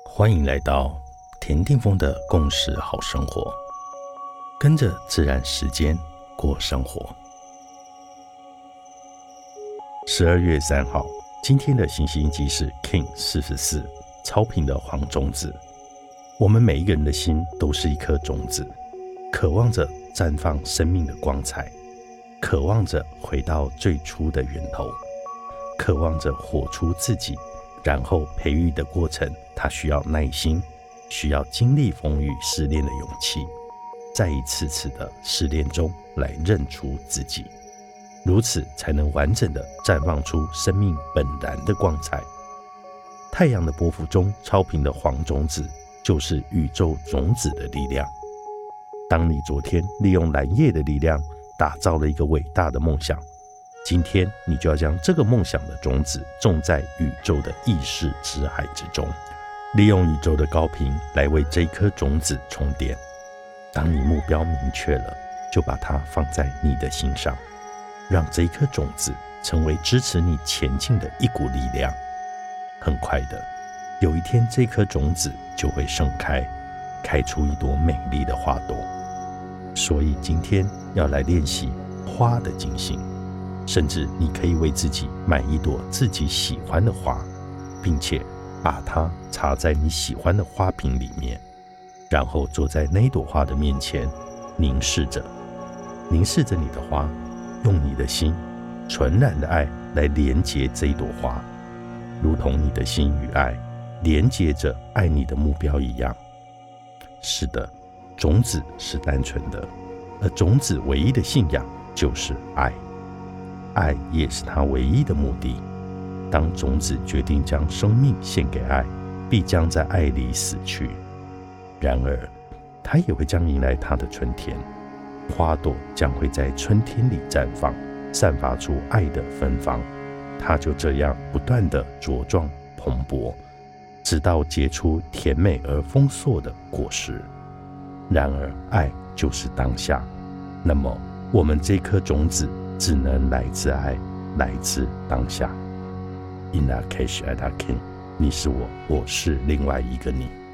欢迎来到田定峰的共识好生活，跟着自然时间过生活。12月3号，今天的行星记是 King 44，超频的黄种子。我们每一个人的心都是一颗种子，渴望着绽放生命的光彩，渴望着回到最初的源头，渴望着活出自己。然后培育的过程，它需要耐心，需要经历风雨试炼的勇气，在一次次的试炼中来认出自己，如此才能完整的绽放出生命本然的光彩。太阳的波幅中超频的黄种子，就是宇宙种子的力量。当你昨天利用蓝夜的力量打造了一个伟大的梦想，今天你就要将这个梦想的种子种在宇宙的意识之海之中，利用宇宙的高频来为这颗种子充电。当你目标明确了，就把它放在你的心上，让这一颗种子成为支持你前进的一股力量。很快的，有一天这颗种子就会盛开，开出一朵美丽的花朵。所以今天要来练习花的精心，甚至你可以为自己买一朵自己喜欢的花，并且把它插在你喜欢的花瓶里面，然后坐在那朵花的面前，凝视着你的花，用你的心纯然的爱来连接这一朵花，如同你的心与爱连接着爱你的目标一样。是的，种子是单纯的，而种子唯一的信仰就是爱。爱也是它唯一的目的。当种子决定将生命献给爱，必将在爱里死去。然而，它也会将迎来它的春天。花朵将会在春天里绽放，散发出爱的芬芳。它就这样不断地茁壮蓬勃，直到结出甜美而丰硕的果实。然而，爱就是当下。那么，我们这颗种子只能来自爱，来自当下。In Lak'ech Adakin， 你是我，我是另外一个你。